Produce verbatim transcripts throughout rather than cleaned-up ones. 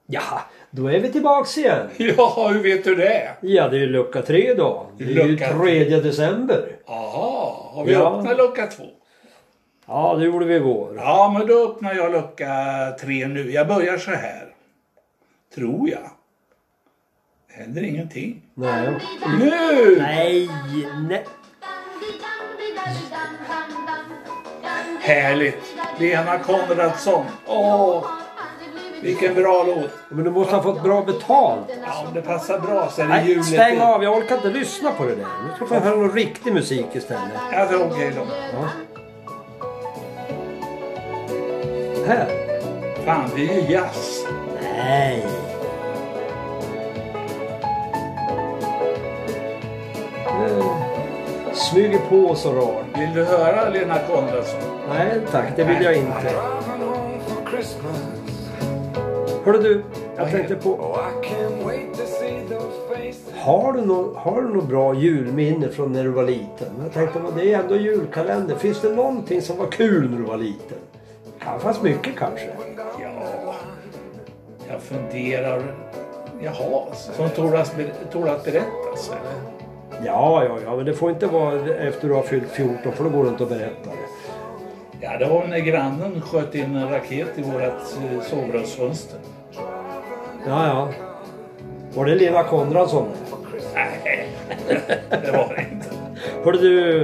Ja, då är vi tillbaks igen. Ja, hur vet du det? Ja, det är ju lucka tre då. Det är ju Lucka tredje december. Jaha, har vi Ja. öppnat lucka två? Ja, det gjorde vi igår. Ja, men då öppnar jag lucka tre nu. Jag börjar så här. Tror jag. Det händer ingenting. Nej. Nu! Nej, nej. Härligt. Lena Konradsson. Åh, vilken bra låt. Men du måste ha fått bra betalt. Ja, om det passar bra så är det Nej, julet. stäng av. Jag orkar inte lyssna på det där. Nu ska jag få höra någon riktig musik istället. Ja, det är okej då. Ja. Här. Fan, det är ju jazz. Nej. Det smyger på så rart. Vill du höra Lena Konradsson? Nej tack, det vill jag inte. Hörru du, jag tänkte på... Har du något har du något bra julminne från när du var liten? Jag tänkte på, det är ändå julkalender. Finns det någonting som var kul när du var liten? Ja, fast mycket kanske. Ja, jag funderar. Jaha, som tål att tål att berättas eller? Ja, ja, ja, men det får inte vara efter du har fyllt fjorton för då går det inte att berätta det. Ja, det var när grannen sköt in en raket i vårat eh, sovrumsfönster. Ja, ja. Var det Lena Konradsson? Nej, det var det inte. Hörde du...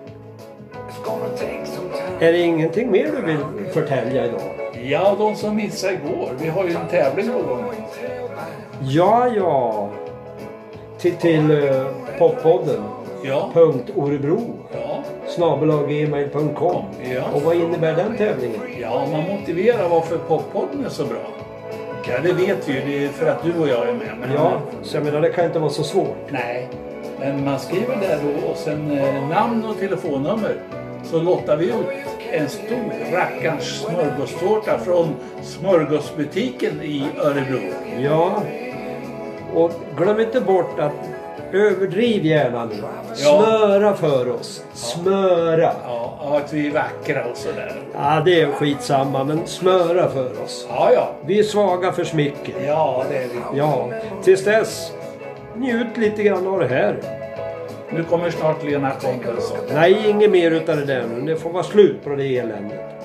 Är det ingenting mer du vill förtälja idag? Ja, de som missade igår. Vi har ju en tävling på gång. Ja, ja. Till, till uh, poppodden. Ja, Punkt Orebro. ja, Snabelag gmail punkt com. Ja. Och vad innebär den tävlingen? ja, man motiverar varför poppodden är så bra. Ja, det vet vi ju. Det är för att du och jag är med. Men Ja, så jag menar det kan inte vara så svårt. Nej, men man skriver där då och sen eh, namn och telefonnummer. Så lottar vi ut en stor rackarns smörgåstårta från smörgåsbutiken i Örebro. Ja. Och glöm inte bort att överdriv gärna nu. Ja. Smöra för oss. Smöra. Ja, och att vi är vackra och sådär. Ja, det är skitsamma, men smöra för oss. Ja, ja. Vi är svaga för smicker. Ja, det är vi. Ja, tills dess. Njut lite grann av det här. Nu kommer snart Lena Konradsson. Nej, inget mer utav det där nu. Det får vara slut på det eländet.